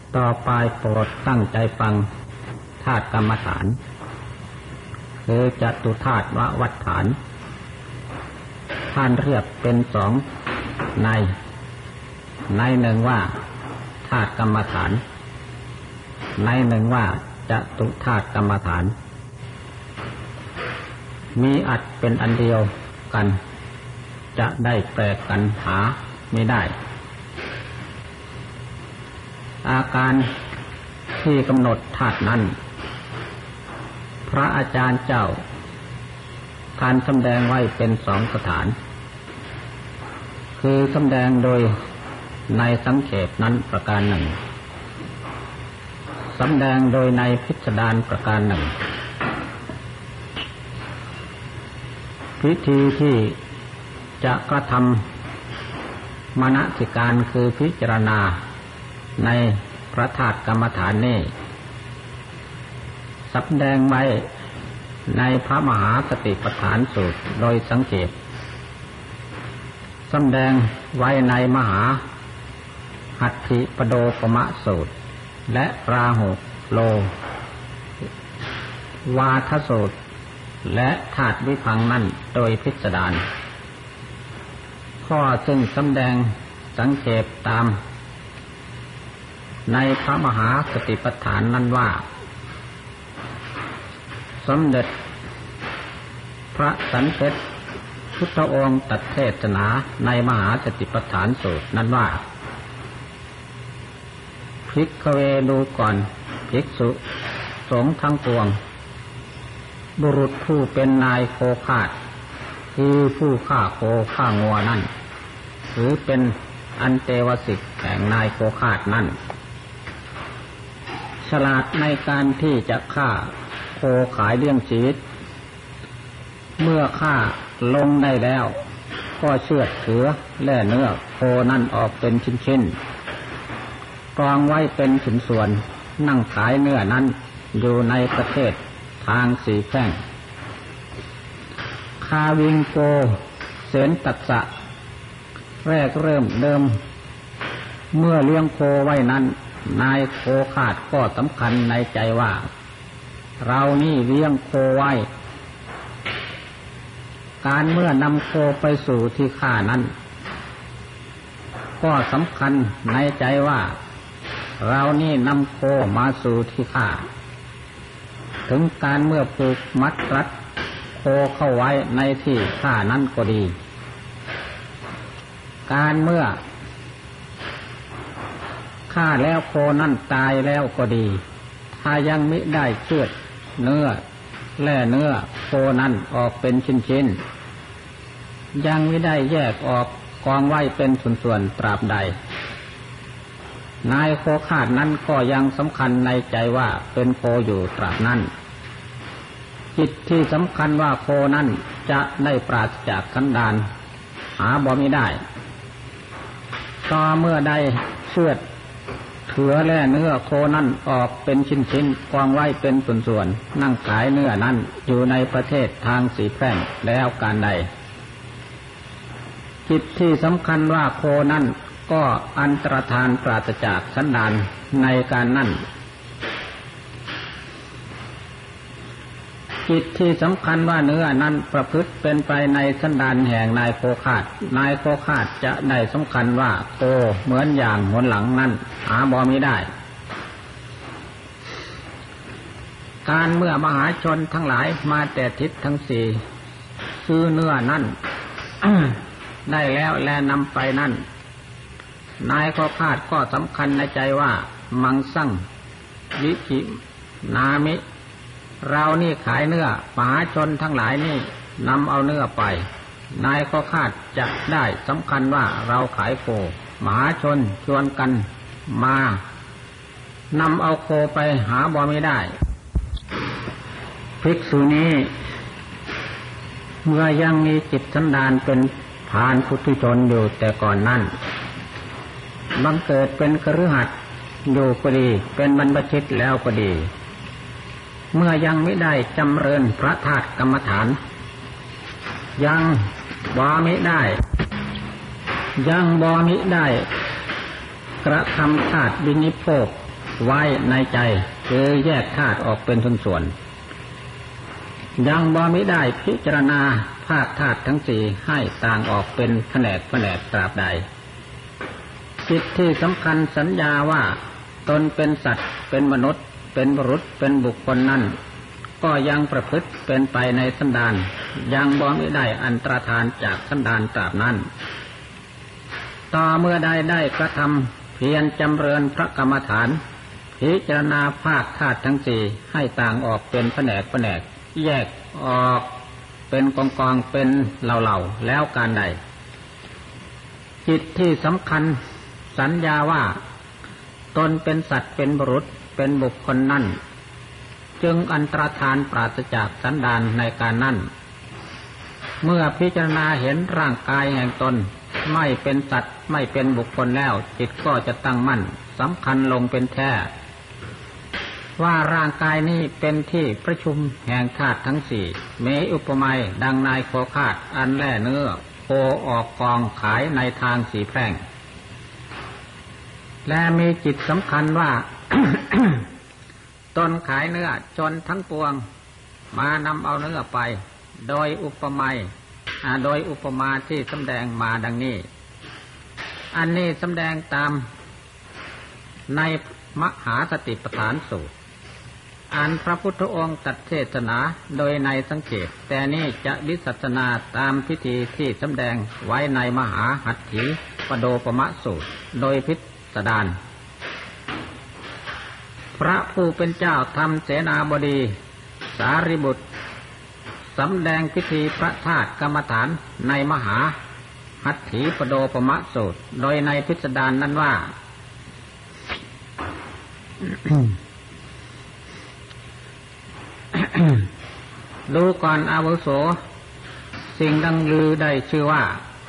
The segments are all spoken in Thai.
ต่อไปโปรดตั้งใจฟังธาตุกรรมฐานคือจตุธาตุววัฏฐานท่านเรียกเป็นสองในหนึ่งว่าธาตุกรรมฐานในหนึ่งว่าจตุธาตุกรรมฐานมีอัดเป็นอันเดียวกันจะได้แปลกกันหาไม่ได้อาการที่กำหนดธาตุนั้นพระอาจารย์เจ้าท่านแสดงไว้เป็นสองสถานคือแสดงโดยในสังเขปนั้นประการหนึ่งแสดงโดยในพิสดารประการหนึ่งพิธีที่จะกระทำมนสิการคือพิจารณาในพระธาตุกรรมฐานนี้แสดงไว้ในพระมหาสติปัฏฐานสูตรโดยสังเขปแสดงไว้ในมหาหัตถิปโดปมะสูตรและราหุโลวาทสูตรและธาตุวิภังนั้นโดยพิสดารข้อซึ่งแสดงสังเขปตามในพระมหาสติปัฏฐานนั้นว่าสมเด็จพระสันเพชรพุทธองค์ตรัสเทศนาในมหาสติปัฏฐานสูตรนั้นว่าภิกขเวดูก่อนภิกษุสงฆ์ทั้งปวงบุรุษผู้เป็นนายโคฆาตคือผู้ฆ่าโคฆ่างัวนั่นหรือเป็นอันเตวสิกแห่งนายโคฆาตนั่นฉลาดในการที่จะฆ่าโคขายเลี้ยงชีวิตเมื่อฆ่าลงได้แล้วก็เชือดเถือแล่เนื้อโคนั่นออกเป็นชิ้นๆกองไว้เป็นชิ้นส่วนนั่งขายเนื้อนั้นอยู่ในประเทศทางสีแพร่งคาวิงโกเสนตัสสะแรกเริ่มเดิมเมื่อเลี้ยงโคไว้นั้นนายโคฆาตก็สำคัญในใจว่าเรานี่เลี้ยงโคไว้การเมื่อนำโคไปสู่ที่ฆ่านั้นก็สำคัญในใจว่าเรานี่นำโคมาสู่ที่ฆ่าถึงการเมื่อผูกมัดรัดโคเข้าไว้ในที่ฆ่านั้นก็ดีการเมื่อฆ่าแล้วโคนั่นตายแล้วก็ดีถ้ายังมิได้เชือดเนื้อแล่เนื้อโคนั้นออกเป็นชิ้นๆยังมิได้แยกออกกองไว้เป็นส่วนๆตราบใดนายโคฆาตนั้นก็ยังสำคัญในใจว่าเป็นโคอยู่ตราบนั้นจิตที่สำคัญว่าโคนั้นจะได้ปราศจากสันดานหาบ่มิได้ต่อเมื่อได้เชือดเถือแล่เนื้อโคนั้นออกเป็นชิ้นๆกองไว้เป็นส่วนๆนั่งขายเนื้อนั้นอยู่ในประเทศทางสีแพร่งแล้วการใดจิตที่สำคัญว่าโคนั้นก็อันตรธานปราศจากสันดานในการนั้นจิตที่สำคัญว่าเนื้อนั้นประพฤติเป็นไปในสันดานแห่งนายโคฆาตนายโคฆาตจะได้สำคัญว่าโคเหมือนอย่างหนหลังนั้นหาบ่มิได้การเมื่อมหาชนทั้งหลายมาแต่ทิศทั้งสี่ซื้อเนื้อนั้น ได้แล้วและนำไปนั่นนายโคฆาตก็สำคัญในใจว่ามังสั่งวิจินามิเรานี่ขายเนื้อมหาชนทั้งหลายนี่นำเอาเนื้อไปนายโคฆาตจะได้สำคัญว่าเราขายโคมหาชนชวนกันมานำเอาโคไปหาบ่ไม่ได้ภิกษุนี้เมื่อยังมีจิตสันดานเป็นพาลปุถุชนอยู่แต่ก่อนนั้นบังเกิดเป็นคฤหัสถ์อยู่ก็ดีเป็นบรรพชิตแล้วก็ดีเมื่อยังไม่ได้จำเริญพระธาตุกรรมฐานยังบ่มิได้กระทำธาตุวินิโภคไว้ในใจคือแยกธาตุออกเป็นส่วนๆยังบ่มิได้พิจารณาภาคธาตุทั้งสี่ให้ต่างออกเป็นแผนกตราบใดจิตที่สำคัญสัญญาว่าตนเป็นสัตว์เป็นมนุษย์เป็นบุรุษเป็นบุคคลนั้นก็ยังประพฤติเป็นไปในสันดานยังบ่มิได้อันตรธานจากสันดานตราบนั้นต่อเมื่อได้กระทำเพียรจำเริญพระกรรมฐานพิจารณาภาคธาตุทั้งสี่ให้ต่างออกเป็นแผนกแยกออกเป็นกองเป็นเหล่าแล้วการใดจิตที่สำคัญสัญญาว่าตนเป็นสัตว์เป็นบุรุษเป็นบุคคลนั้นจึงอันตรธานปราศจากสันดานในการนั้นเมื่อพิจารณาเห็นร่างกายแห่งตนไม่เป็นสัตว์ไม่เป็นบุคคลแล้วจิตก็จะตั้งมั่นสำคัญลงเป็นแท้ว่าร่างกายนี้เป็นที่ประชุมแห่งธาตุทั้งสี่มีอุปมาดังนายโคคาดอันแล่เนื้อโคออกกองขายในทางสีแพร่งและมีจิตสำคัญว่า ตนขายเนื้อจนทั้งปวงมานำเอาเนื้อไปโดยอุปมาที่แสดงมาดังนี้อันนี้แสดงตามในมหาสติปัฏฐานสูตรอันพระพุทธองค์ตรัสเทศนาโดยในสังเขปแต่นี้จะวิสัชนาตามพิธีที่แสดงไว้ในมหาหัตถีปโดปมสูตรโดยพิสดารพระผู้เป็นเจ้าทำเสนาบดีสารีบุตรสำแดงพิธีพระธาตุกรรมฐานในมหาหัตถีปโดปมสูตรโดยในพิสดารนั้นว่า ดูก่อนอาวุโสสิ่งดังลือได้ชื่อว่า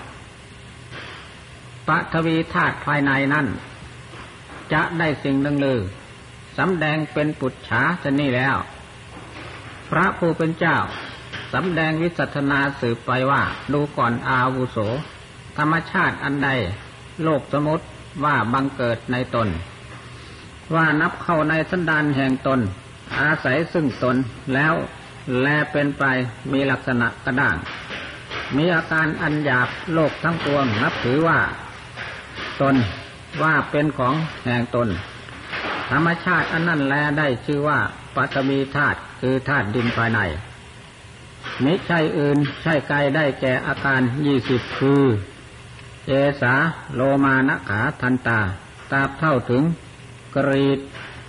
ปฐวีธาตุภายในนั้นจะได้สิ่งดังลือสำแดงเป็นปุจฉาชนี้แล้วพระผู้เป็นเจ้าสำแดงวิสัชนาสืบไปว่าดูก่อนอาวุโสธรรมชาติอันใดโลกสมมติว่าบังเกิดในตนว่านับเข้าในสันดานแห่งตนอาศัยซึ่งตนแล้วแลเป็นไปมีลักษณะกระด้างมีอาการอันหยาบโลกทั้งปวงนับถือว่าตนว่าเป็นของแห่งตนธรรมชาติอันนั้นแลได้ชื่อว่าปฐวีธาตุคือธาตุดินภายในมิใช่อื่นใช่ไกลได้แก่อาการ20คือเจสาโลมานะขาทันตาตราบเท่าถึงกรีด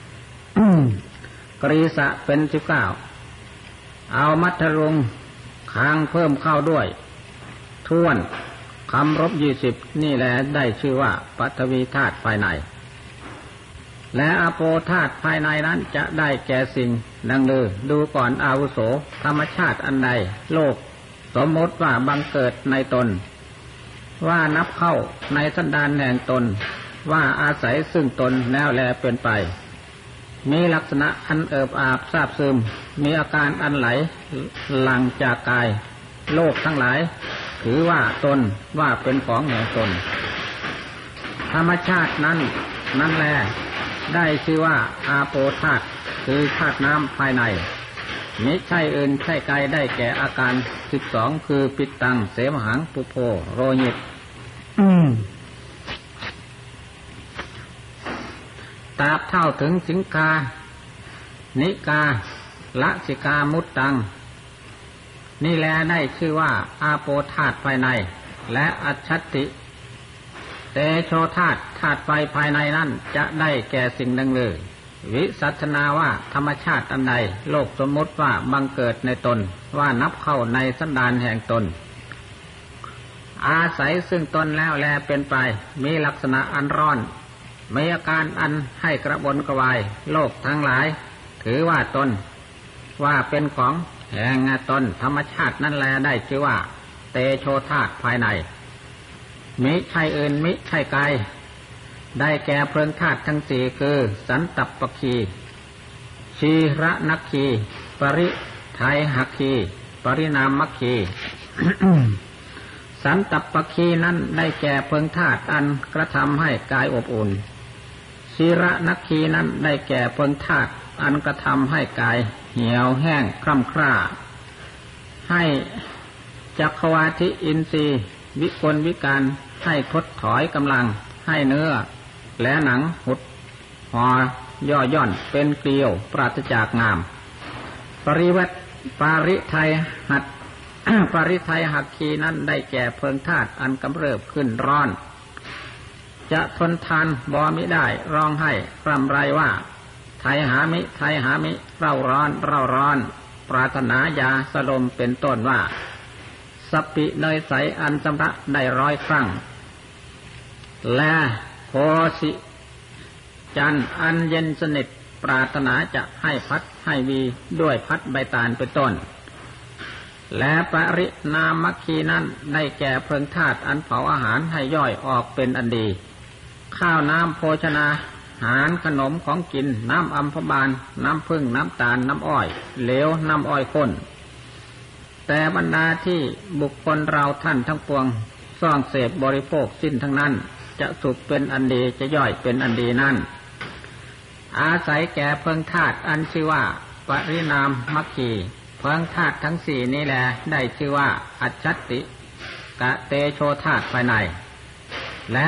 กรีสะเป็น19เอามัทรุงคางเพิ่มเข้าด้วยท้วนคำรบ20นี่แหละได้ชื่อว่าปฐวีธาตุภายในและอโปธาตุภายในนั้นจะได้แก่สิ่งดังลือดูก่อนอาวุโสธรรมชาติอันใดโลกสมมติว่าบังเกิดในตนว่านับเข้าในสันดานแห่งตนว่าอาศัยซึ่งตนแล้วแลเป็นไปมีลักษณะอันเอิบอาบซาบซึมมีอาการอันไหลหลั่งจากกายโลกทั้งหลายถือว่าตนว่าเป็นของแห่งตนธรรมชาตินั้นแลได้ชื่อว่าอาโปธาตุคือธาตุน้ำภายในมิใช่อื่นใช่ไกลได้แก่อาการ12คือปิตตังเสมหังปุโพโรหิตตราบเท่าถึงสิงคานิกาละสิกามุตตังนี่แลได้ชื่อว่าอาโปธาตุภายในและอัจฉติเตโชธาตุธาตุไฟภายในนั้นจะได้แก่สิ่งดังลือวิสัชนาว่าธรรมชาติอันใดโลกสมมติว่าบังเกิดในตนว่านับเข้าในสันดานแห่งตนอาศัยซึ่งตนแล้วแลเป็นไปมีลักษณะอันร้อนมีอาการอันให้กระวนกระวายโลกทั้งหลายถือว่าตนว่าเป็นของแห่งตนธรรมชาตินั้นแลได้ชื่อว่าเตโชธาตุภายในมิใช่อื่นมิใช่ไกลได้แก่เพลิงธาตุทั้งสี่คือสันตัปปคีชีระนัคคีปริไทหัคคีปรินามมัคคี สันตัปปคีนั้นได้แก่เพลิงธาตุอันกระทำให้กายอบอุ่นชีศีระนักขีนั้นได้แก่เพิงธาตุอันกระทำให้กายเหี่ยวแห้งคร่ำคร่าให้จักขวาทิอินทรีย์วิกลวิการให้ทดถอยกำลังให้เนื้อและหนังหดห่อย่อย่อนเป็นเกลียวปราศจากงามปริไทยหักขีนั้นได้แก่เพลิงธาตุอันกำเริบขึ้นร้อนจะทนทานบ่มิได้ร้องให้ร่ำไรว่าไทยหามิเร่าร้อนปรารถนายาสลมเป็นต้นว่าสปิเนยใสอันชำระได้100 ครั้งและโคสิจันอันเย็นสนิทปรารถนาจะให้พัดให้วีด้วยพัดใบตาลเป็นต้นและปรินามคีนั้นได้แก่เพลิงธาตุอันเผาอาหารให้ย่อยออกเป็นอันดีข้าวน้ำโภชนาอาหารขนมของกินน้ำอัมพบาลน้ำผึ้งน้ำตาลน้ำอ้อยเหลวน้ำอ้อยข้นแต่บรรดาที่บุคคลเราท่านทั้งปวงซ่องเสพบริโภคสิ้นทั้งนั้นจะสุกเป็นอันดีจะย่อยเป็นอันดีนั่นอาศัยแก่เพลิงธาตุอันชื่อว่าปรินามมัคคีเพลิงธาตุทั้ง4นี้แลได้ชื่อว่าอัจฉติกะเตโชธาตุภายในและ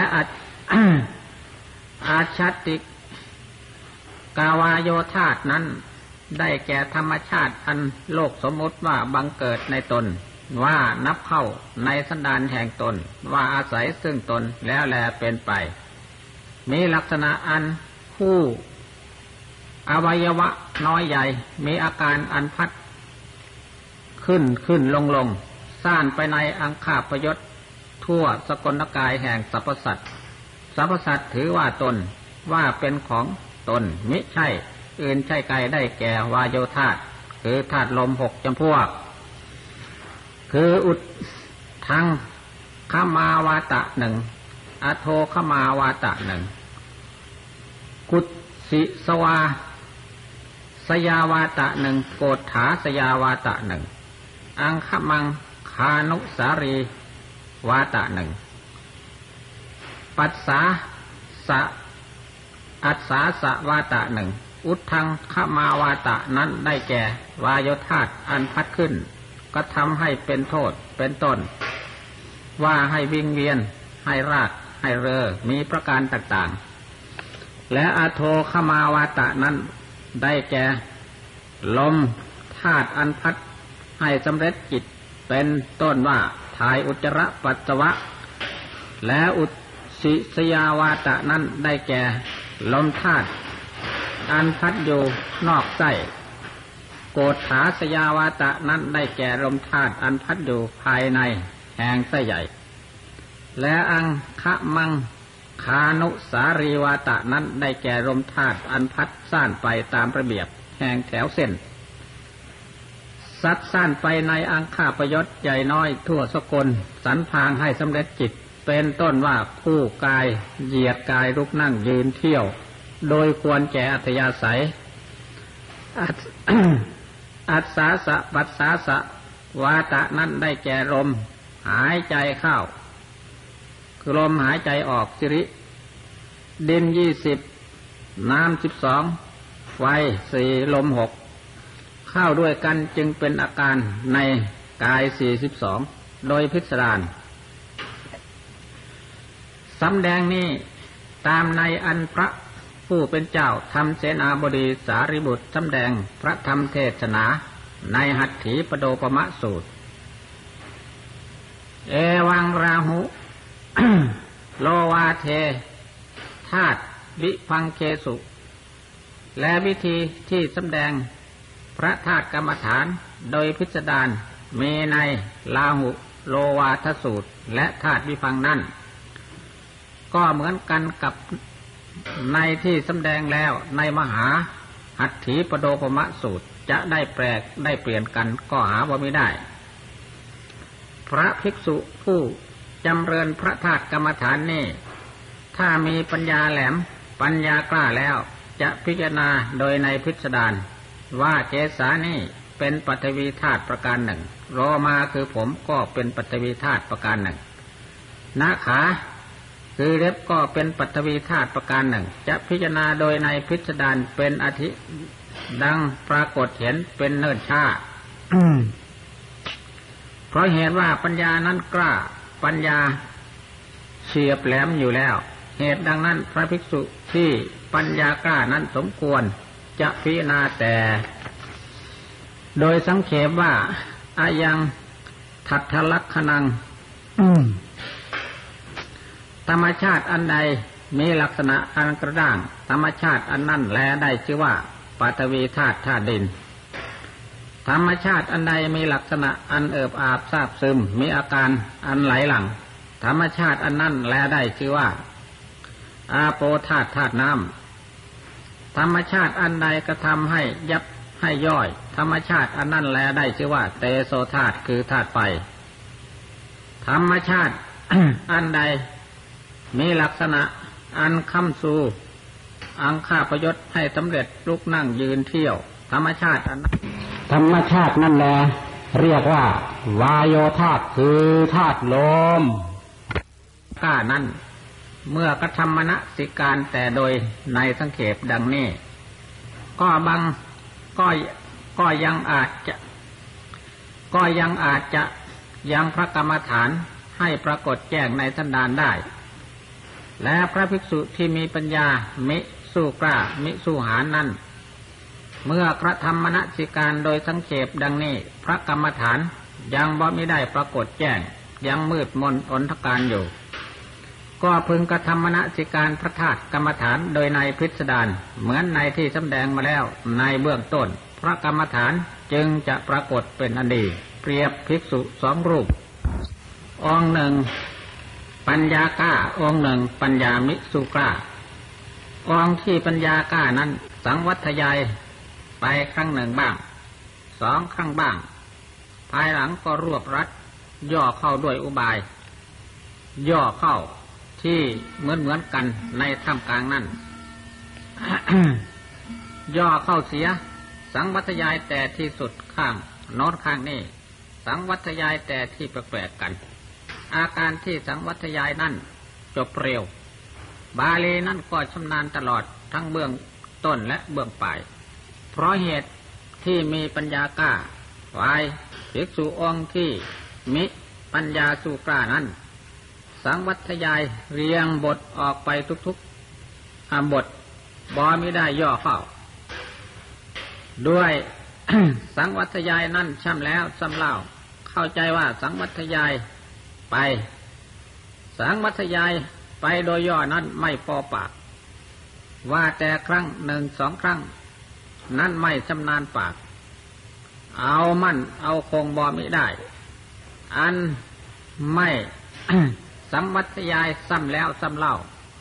อาชัตติกาวาโยธาตุนั้นได้แก่ธรรมชาติอันโลกสมมุติว่าบังเกิดในตนว่านับเข้าในสันดานแห่งตนว่าอาศัยซึ่งตนแล้วแลเป็นไปมีลักษณะอันคู่อวัยวะน้อยใหญ่มีอาการอันพัดขึ้นลงซ่านไปในอังคาพยศทั่วสกลกายแห่งสรรพสัตว์ถือว่าตนว่าเป็นของตนมิใช่อื่นใช่ไกลได้แก่วายโยธาตุคือธาตุลม6 จำพวกคืออุทธังขมาวาตะ1อโทขมาวาตะ1กุสิสวาสยาวาตะ1โกฏฐาสยาวาตะ1อังคมังคานุสารีวาตะ1ปัสสาสะอัสสาสะวาตะ1อุทธังขมาวาตะนั้นได้แก่วายโยธาตุอันพัดขึ้นก็ทำให้เป็นโทษเป็นต้นว่าให้วิงเวียนให้รากให้เรอมีประการต่างๆและอโทขมาวาตะนั้นได้แก่ลมธาตุอันพัดให้สำเร็จกิจเป็นต้นว่าถ่ายอุจจาระปัสสาวะและอุสิสยาวาตะนั้นได้แก่ลมธาตุอันพัดอยู่นอกไส้โกฏฐาสยาวาตะนั้นได้แก่ลมธาตุอันพัดอยู่ภายในแห่งไส้ใหญ่และอังคะมังคานุสารีวาตะนั้นได้แก่ลมธาตุอันพัดซ่านไปตามระเบียบแห่งแถวเส้นซัดซ่านไปในอังคาพยศใหญ่น้อยทั่วสกลสันพางให้สำเร็จจิตเป็นต้นว่าคู่กายเหยียดกายลุกนั่งยืนเที่ยวโดยควรแก่อัธยาศัยอัสสาสะปัสสาสะวาตะนั้นได้แก่ลมหายใจเข้าคือลมหายใจออกสิริดิน20น้ำ12ไฟ4ลม6เข้าด้วยกันจึงเป็นอาการในกาย42โดยพิสดารสำแดงนี้ตามในอันพระผู้เป็นเจ้าธรรมเสนาบดีสารีบุตรสำแดงพระธรรมเทศนาในหัตถีปโดปมะสูตรเอวังราหุ โลวาเทธาตุวิพังเคสุและวิธีที่สำแดงพระธาตุกรรมฐานโดยพิสดารมีในลาหุโลวาทสูตรและธาตุวิพังนั้นก็เหมือนกันกับในที่สำแดงแล้วในมหาหัตถีปโดปมะสูตรจะได้แปลกได้เปลี่ยนกันก็หาว่าไม่ได้พระภิกษุผู้จำเริญพระธาตุกรรมฐานนี้ถ้ามีปัญญาแหลมปัญญากล้าแล้วจะพิจารณาโดยในพิสดารว่าเจสานี้เป็นปฐวีธาตุประการหนึ่งโลมาคือผมก็เป็นปฐวีธาตุประการหนึ่งนาขาคือเล็บก็เป็นปฐวีธาตุประการหนึ่งจะพิจารณาโดยในพิสดารเป็นอธิดังปรากฏเห็นเป็นเนิ่นช้า เพราะเหตุว่าปัญญานั้นกล้าปัญญาเฉียบแหลมอยู่แล้วเหตุดังนั้นพระภิกษุที่ปัญญากล้านั้นสมควรจะพิจารณาแต่โดยสังเขปว่าอายังทัตถลักขณัง ธรรมชาติอันใดมีลักษณะอันกระด้างธรรมชาติอันนั้นแลได้ชื่อว่าปฐวีธาตุธาตุดินธรรมชาติอันใดมีลักษณะอันเอิบอาบซาบซึมมีอาการอันไหลหลั่งธรรมชาติอันนั้นแลได้ชื่อว่าอาโปธาตุธาตุน้ำธรรมชาติอันใดกระทำให้ยับให้ย่อยธรรมชาติอันนั้นแลได้ชื่อว่าเตโสธาตุคือธาตุไฟธรรมชาติ อันใดมีลักษณะอันค้ำซูอังค่าประยชน์ให้สำเร็จลุกนั่งยืนเที่ยวธรรมชาติอันนั้นธรรมชาตินั่นแหละเรียกว่าวายโยธาตุคือธาตุลมก้านั้นเมื่อกระทำมนสิการแต่โดยในสังเขปดังนี้ก็ยังอาจจะยังพระกรรมฐานให้ปรากฏแจ้งในสันดานได้และพระภิกษุที่มีปัญญามิสู้กล้ามิสู้หาญนั้นเมื่อกระทำมนสิการโดยสังเขปดังนี้พระกรรมฐานยังบ่ไม่ได้ปรากฏแจ้งยังมืดมนอนทการอยู่ก็พึงกระทำมนสิการพระธาตุกรรมฐานโดยในพิสดารเหมือนในที่แสดงมาแล้วในเบื้องต้นพระกรรมฐานจึงจะปรากฏเป็นอันดีเปรียบภิกษุสองรูปองค์หนึ่งปัญญากล้าองค์หนึ่งปัญญามิสุกล้าองค์ที่ปัญญากล้านั้นสังวัทยายไปครั้งหนึ่งบ้างสองครั้งบ้างภายหลังก็รวบรัดย่อเข้าด้วยอุบายย่อเข้าที่เหมือนกันในท่ามกลางนั้น ย่อเข้าเสียสังวัทยายแต่ที่สุดข้างโน้นข้างนี้สังวัทยายแต่ที่แปลกๆกันอาการที่สังวัทยายนั่นจบเร็วบาลีนั่นก็ชำนาญตลอดทั้งเบื้องต้นและเบื้องปลายเพราะเหตุที่มีปัญญากล้าไว้ภิกษุองค์ที่มิปัญญาสู้กล้านั้นสังวัทยายเรียงบทออกไปทุกๆบทบ่มิได้ย่อเข้าด้วย สังวัทยายนั่นช่ำแล้วซ้ำเล่าเข้าใจว่าสังวัทยายไปสังวัทยายไปโดยย่อนั้นไม่พอปากว่าแต่ครั้งหนึ่งสองครั้งนั้นไม่ชำนาญปากเอามั่นเอาคงบ่มิได้อันไม่ สังวัทยายซ้ำแล้วซ้ำเล่า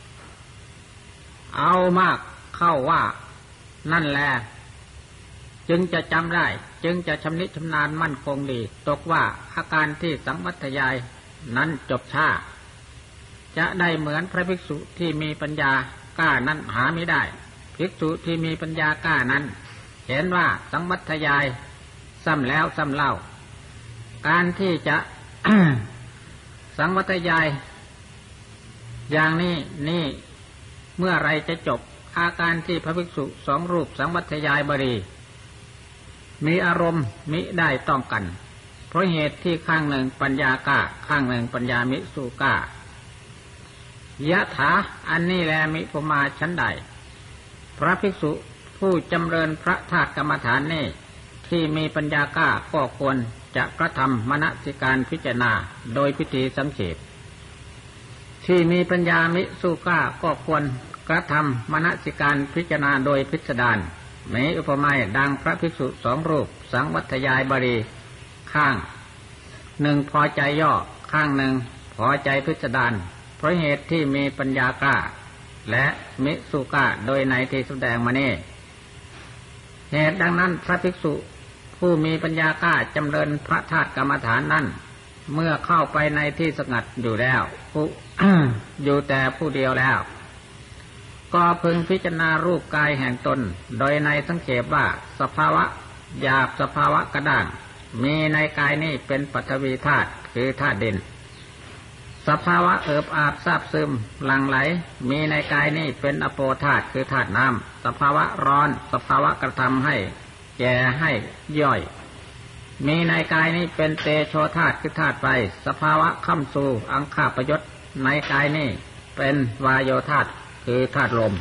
เอามากเข้าว่านั่นแหละจึงจะจำได้จึงจะชำนิชำนาญมั่นคงดีตกว่าอาการที่สังวัทยายนั้นจบช้าจะได้เหมือนพระภิกษุที่มีปัญญากล้านั้นหาไม่ได้ภิกษุที่มีปัญญากล้านั้นเห็นว่าสังวัทยายซ้ำแล้วซ้ำเล่าการที่จะ สังวัทยายอย่างนี้นี่เมื่อไรจะจบอาการที่พระภิกษุสองรูปสังวัทยายบรีมีอารมณ์มิได้ต้องกันเพราะเหตุที่ข้างหนึ่งปัญญากล้าข้างหนึ่งปัญญามิสุกล้ายะถาอันนี้แลมิปมาชั้นใดพระภิกษุผู้จำเริญพระธาตุกรรมฐานนี้ที่มีปัญญากล้าก็ควรจะกระทำมนสิการพิจารณาโดยพิธีสังเขปที่มีปัญญามิสุกล้าก็ควรกระทำมนสิการพิจารณาโดยพิสดารมีอุปมาดังพระภิกษุสองรูปสังวัทยายบรีข้างหนึ่งพอใจย่อข้างหนึ่งพอใจพิสดารเพราะเหตุที่มีปัญญากล้าและมิสุกล้าโดยในที่แสดงมานี้เหตุดังนั้นพระภิกษุผู้มีปัญญากล้าจำเริญพระธาตุกรรมฐานนั้นเมื่อเข้าไปในที่สงัดอยู่แล้ว อยู่แต่ผู้เดียวแล้วก็พึงพิจารณารูปกายแห่งตนโดยในสังเขปว่าสภาวะหยาบสภาวะกระด้างมีในกายนี้เป็นปฐวีธาตุคือธาตุดินสภาวะเอิบอาบซาบซึมหลั่งไหลมีในกายนี้เป็นอโปธาตุคือธาตุน้ำสภาวะร้อนสภาวะกระทำให้แก่ให้ย่อยมีในกายนี้เป็นเตโชธาตุคือธาตุไฟสภาวะค่ำสู่อังคาพยศในกายนี้เป็นวายโยธาตุคือธาตุลม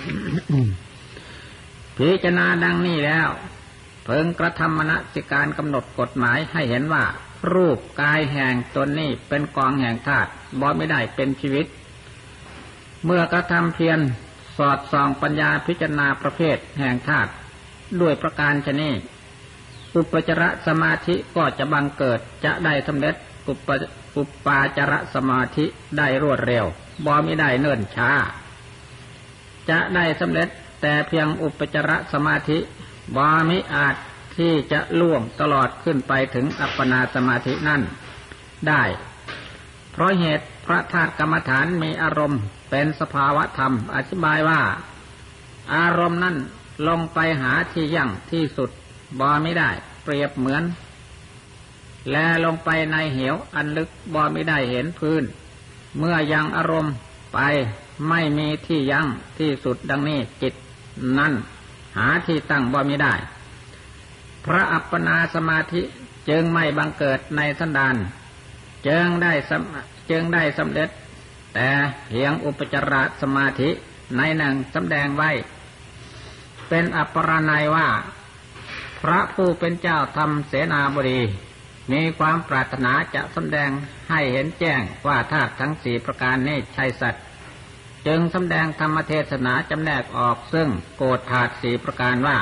พิจารณาดังนี้แล้วเพิ่งกระทำมนสิการกำหนดกฎหมายให้เห็นว่ารูปกายแห่งตนนี้เป็นกองแห่งธาตุบ่ไม่ได้เป็นชีวิตเมื่อกระทำเพียรสอดส่องปัญญาพิจารณาประเภทแห่งธาตุด้วยประการชนี้อุปจารสมาธิก็จะบังเกิดจะได้สำเร็จอุปาจารสมาธิได้รวดเร็วบ่ไม่ได้เนิ่นช้าจะได้สำเร็จแต่เพียงอุปจารสมาธิบ่มิอาจที่จะล่วงตลอดขึ้นไปถึงอัปปนาสมาธินั่นได้เพราะเหตุพระธาตุกรรมฐานมีอารมณ์เป็นสภาวะธรรมอธิบายว่าอารมณ์นั้นลงไปหาที่ยั่งที่สุดบ่ไม่ได้เปรียบเหมือนแลลงไปในเหวอันลึกบ่ไม่ได้เห็นพื้นเมื่อยังอารมณ์ไปไม่มีที่ยั่งที่สุดดังนี้จิตนั้นหาที่ตั้งบ่ไม่ได้พระอัปปนาสมาธิจึงไม่บังเกิดในสันดานจึงได้สำเร็จแต่เพียงอุปจารสมาธิในหนึ่งสำแดงไว้เป็นอัปปรนัยว่าพระผู้เป็นเจ้าธรรมเสนาบดีมีความปรารถนาจะสำแดงให้เห็นแจ้งว่าธาตุทั้งสี่ประการนี้ใช่สัตว์จึงสำแดงธรรมเทศนาจำแนกออกซึ่งโกฏธาตุสี่ประการว่า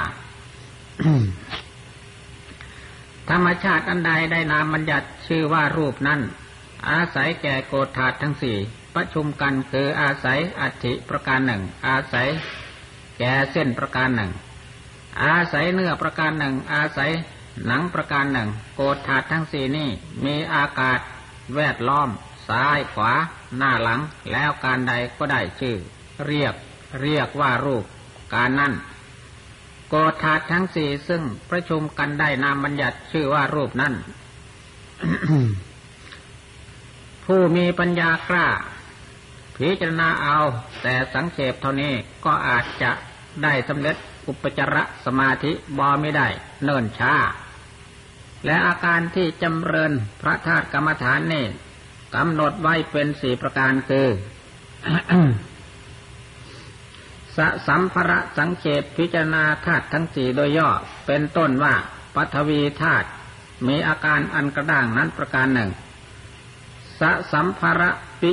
ธรรมชาติอันใดได้นามบัญญัติชื่อว่ารูปนั้นอาศัยแก่โกฏธาตุทั้งสี่ประชุมกันคืออาศัยอัฐิประการหนึ่งอาศัยแก่เส้นประการหนึ่งอาศัยเนื้อประการหนึ่งอาศัยหนังประการหนึ่งโกฏธาตุทั้งสี่นี้มีอากาศแวดล้อมซ้ายขวาหน้าหลังแล้วการใดก็ได้ชื่อเรียกว่ารูปการนั้นโกฏธาตุทั้งสี่ซึ่งประชุมกันได้นามบัญญัติชื่อว่ารูปนั้น ผู้มีปัญญากล้าพิจารณาเอาแต่สังเขปเท่านี้ก็อาจจะได้สำเร็จอุปจารสมาธิบ่ไม่ได้เนิ่นช้าและอาการที่จำเริญพระธาตุกรรมฐานนี่กำหนดไว้เป็นสี่ประการคือ สัมภระสังเขปพิจารณาธาตุทั้งสี่โดยย่อเป็นต้นว่าปฐวีธาตุมีอาการอันกระด้างนั้นประการหนึ่งสัมภระ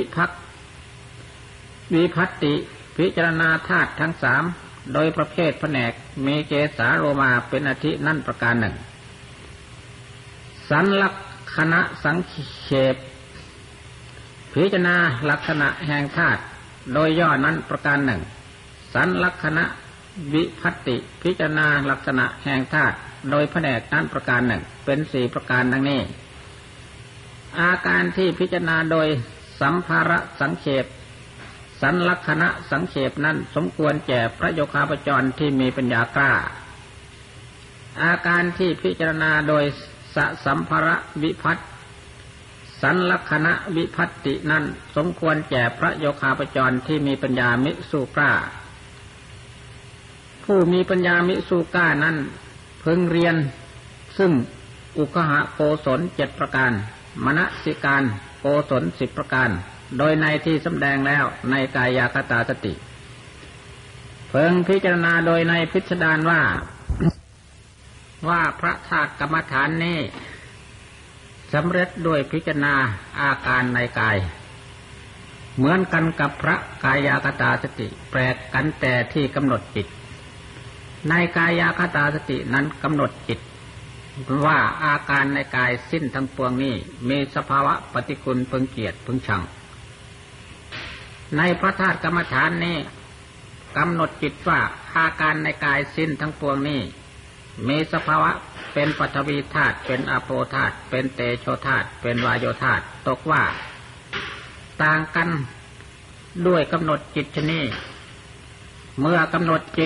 วิภัตติพิจารณาธาตุทั้งสามโดยประเภทแผนกมีเกสาโลมาเป็นอาทินั่นประการหนึ่งสันลักษณะสังเขปพิจารณาลักษณะแห่งธาตุโดยย่อนั้นประการหนึ่งสันลักษณะวิภัตติพิจารณาลักษณะแห่งธาตุโดยแผนกนั้นประการหนึ่งเป็นสี่ประการดังนี้อาการที่พิจารณาโดยสัมภระสังเขปสันลักษณะสังเขปนั้นสมควรแก่พระโยคาพจรที่มีปัญญากล้าอาการที่พิจารณาโดยสัมภระวิภัตสันลักษณะวิภัตตินั้นสมควรแก่พระโยคาพจรที่มีปัญญามิสู้กล้าผู้มีปัญญามิสู้กล้านั้นพึงเรียนซึ่งอุคหะโกศล7ประการมนสิการโกศล10ประการโดยในที่สำแดงแล้วในกายคตาสติเพิ่งพิจารณาโดยในพิสดารว่าพระธาตุกรรมฐานนี้สำเร็จด้วยพิจารณาอาการในกายเหมือนกันกับพระกายคตาสติแปลกกันแต่ที่กำหนดจิตในกายคตาสตินั้นกำหนดจิตว่าอาการในกายสิ้นทั้งปวงนี้มีสภาวะปฏิกูลพึงเกลียดพึงชังในพระธาตุกรรมฐานนี้กำหนดจิตว่าอาการในกายสิ้นทั้งปวงนี้มีสภาวะเป็นปฐวีธาตุเป็นอาโปธาตุเป็นเตโชธาตุเป็นวายโยธาตุตกว่าต่างกันด้วยกำหนดจิตชนี้เมื่อกำหนดจิต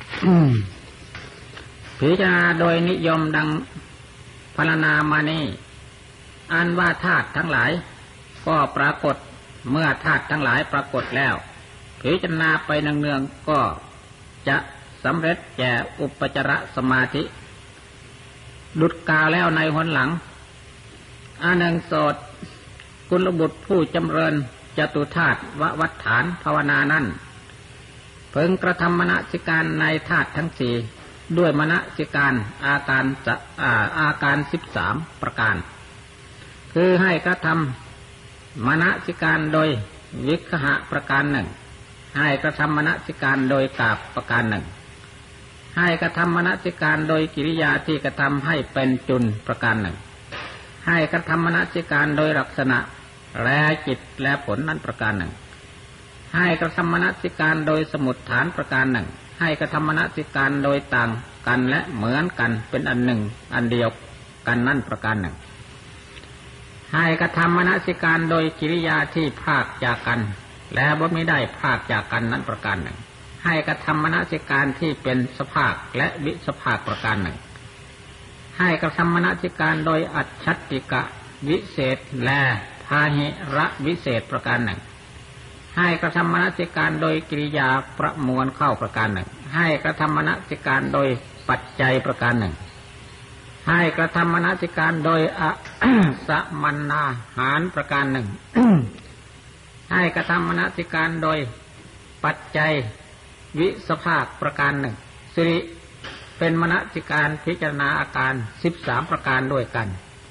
พิจารณาโดยนิยมดังพรรณนามานี้อันว่าธาตุทั้งหลายก็ปรากฏเมื่อธาตุทั้งหลายปรากฏแล้วพิจารณาไปเนืองๆก็จะสำเร็จแก่อุปจารสมาธิดุจกล่าวแล้วในหนหลังอานังโสตกุลบุตรผู้จำเริญจตุธาตุววัฏฐานภาวนานั้นเพิ่งกระทำมนสิการในธาตุทั้งสี่ด้วยมนสิการอาการ13ประการคือให้กระทำมนสิการโดยวิคหะประการหนึ่งให้กระทำมนสิการโดยกาบประการหนึ่งให้กระทำมนสิการโดยกิริยาที่กระทำให้เป็นจุลประการหนึ่งให้กระทำมนสิการโดยลักษณะและจิตและผลนั้นประการหนึ่งให้กระทำมนสิการโดยสมุฏฐานประการหนึ่งให้กระทำมนสิการโดยต่างกันและเหมือนกันเป็นอันหนึ่งอันเดียวกันนั่นประการหนึ่งให้กระทำมนสิการโดยกิริยาที่พากจากกันและบ่ไม่ได้พากจากกันนั้นประการหนึ่งให้กระทำมนสิการที่เป็นสภาคและวิสภาคประการหนึ่งให้กระทำมนสิการโดยอัจฉติกะวิเศษและพาหิระวิเศษประการหนึ่งให้กระทำมนสิการโดยกิริยาประมวลเข้าประการหนึ่งให้กระทำมนสิการโดยปัจจัยประการหนึ่งให้กระทำมนสิการโดยสมัณนาหารประการหนึ่ง ให้กระทำมนสิการโดยปัจจัยวิสภาคประการหนึ่งสิริเป็นมนสิการพิจารณาอาการ13ประการด้วยกัน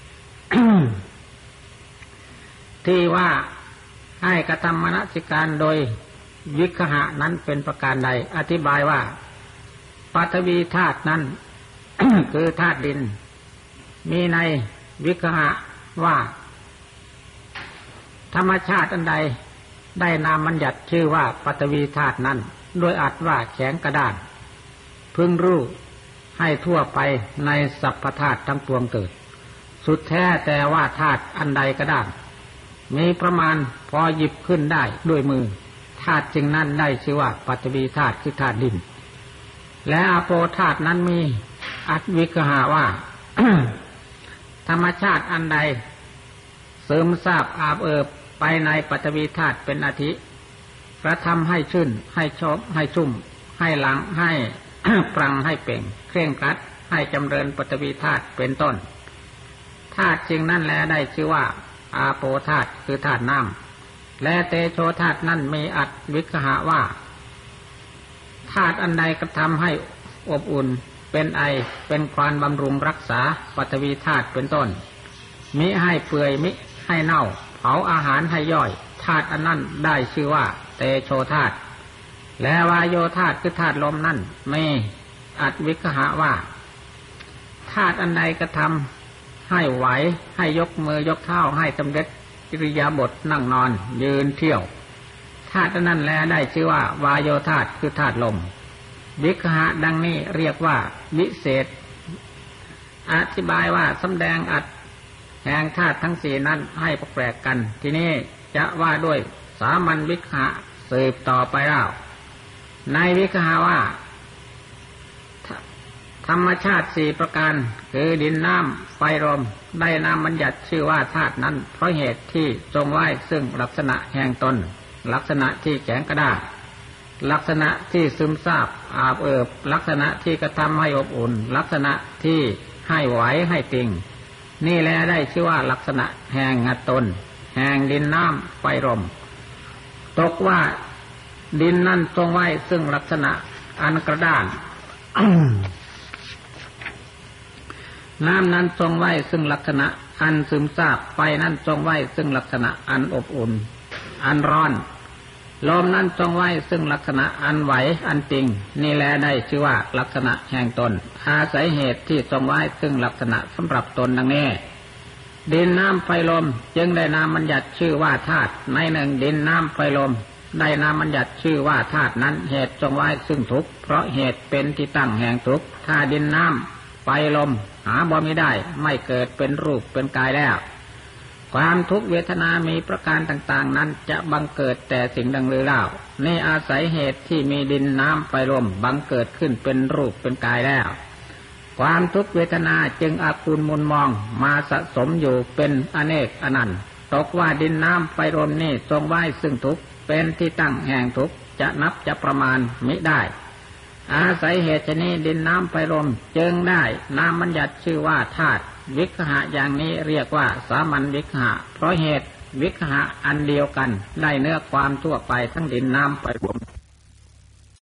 ที่ว่าให้กระทำมนสิการโดยวิคหะนั้นเป็นประการใดอธิบายว่าปฐวีธาตุนั้น คือธาตุดินมีในวิคหะว่าธรรมชาติอันใดได้นามบัญญัติชื่อว่าปฐวีธาตุนั้นโดยอัดว่าแข็งกระด้างพึงรู้ให้ทั่วไปในสรรพธาตุทั้งปวงเกิดสุดแท้แต่ว่าธาตุอันใดกระด้างมีประมาณพอหยิบขึ้นได้ด้วยมือธาตุจึงนั้นได้ชื่อว่าปฐวีธาตุคือธาตุดินและอาโปธาตุนั้นมีอัตวิคหะว่า ธรรมชาติอันใดเสริมทราบอาบเอิบไปในปฐวีธาตุเป็นอาทิกระทำให้ชื่นให้ชอบให้ชุ่มให้หลังให้ ปรังให้เป่งเคร่งครัดให้จำเริญปฐวีธาตุเป็นต้นธาตุจึงนั้นแลได้ชื่อว่าอาโปธาตุคือธาตุน้ำและเตโชธาตุนั้นมีอัตวิคหะว่าธาตุอันใดกระทำให้อบอุ่นเป็นไอเป็นความบำรุงรักษาปฐวีธาตุเป็นต้นมิให้เปื่อยมิให้เน่าเผาอาหารให้ย่อยธาตุอันนั้นได้ชื่อว่าเตโชธาตุและวายโยธาตุคือธาตุลมนั่นมีอัตวิคหะว่าธาตุอันใดกระทำให้ไหวให้ยกมือยกเท้าให้สำเร็จอิริยาบถนั่งนอนยืนเที่ยวธาตุนั้นแลได้ชื่อว่าวายโยธาตุคือธาตุลมวิคหะดังนี้เรียกว่าวิเศษอธิบายว่าสำแดงอัตแห่งธาตุทั้งสี่นั้นให้แปลกกันทีนี้จะว่าด้วยสามัญวิคหะสืบต่อไปแล้วในวิคหะว่าธรรมชาติ4ประการคือดินน้ำไฟลมได้นามบัญญัติชื่อว่าธาตุนั้นเพราะเหตุที่ทรงไว้ซึ่งลักษณะแห่งตนลักษณะที่แข็งกระด้างลักษณะที่ซึมซาบอาบเอิบลักษณะที่กระทำให้อบอุ่นลักษณะที่ให้ไหวให้ติงนี่แลได้ชื่อว่าลักษณะแห่งตนแห่งดินน้ำไฟลมตกว่าดินนั้นทรงไว้ซึ่งลักษณะอันกระด้าง น้ำนั้นทรงไว้ซึ่งลักษณะอันซึมซาบไฟนั้นทรงไว้ซึ่งลักษณะอันอบอุ่นอันร้อนลมนั้นทรงไว้ซึ่งลักษณะอันไหวอันติงนี่แลได้ชื่อว่าลักษณะแห่งตนอาศัยเหตุที่ทรงไว้ซึ่งลักษณะสำหรับตนดังนี้ดินน้ำไฟลมจึงได้นามบัญญัติชื่อว่าธาตุในหนึ่งดินน้ำไฟลมได้นามบัญญัติชื่อว่าธาตุนั้นเหตุทรงไว้ซึ่งทุกข์เพราะเหตุเป็นที่ตั้งแห่งทุกข์ถ้าดินน้ำไฟลมหาบ่มิได้ไม่เกิดเป็นรูปเป็นกายแล้วความทุกข์เวทนามีประการต่างๆนั้นจะบังเกิดแต่สิ่งดังลือเล่านี่อาศัยเหตุที่มีดินน้ำไฟลมบังเกิดขึ้นเป็นรูปเป็นกายแล้วความทุกขเวทนาจึงอากูลมุนมองมาสะสมอยู่เป็นอเนกอนันต์ตตกว่าดินน้ำไฟลมนี่ทรงไว้ซึ่งทุกข์เป็นที่ตั้งแห่งทุกข์จะนับจะประมาณมิได้อาศัยเหตุนี้ดินน้ำไฟลมจึงได้นามบัญญัติชื่อว่าธาตุวิคหะอย่างนี้เรียกว่าสามัญวิคหะเพราะเหตุวิคหะอันเดียวกันได้เนื้อความทั่วไปทั้งดินน้ำไฟลม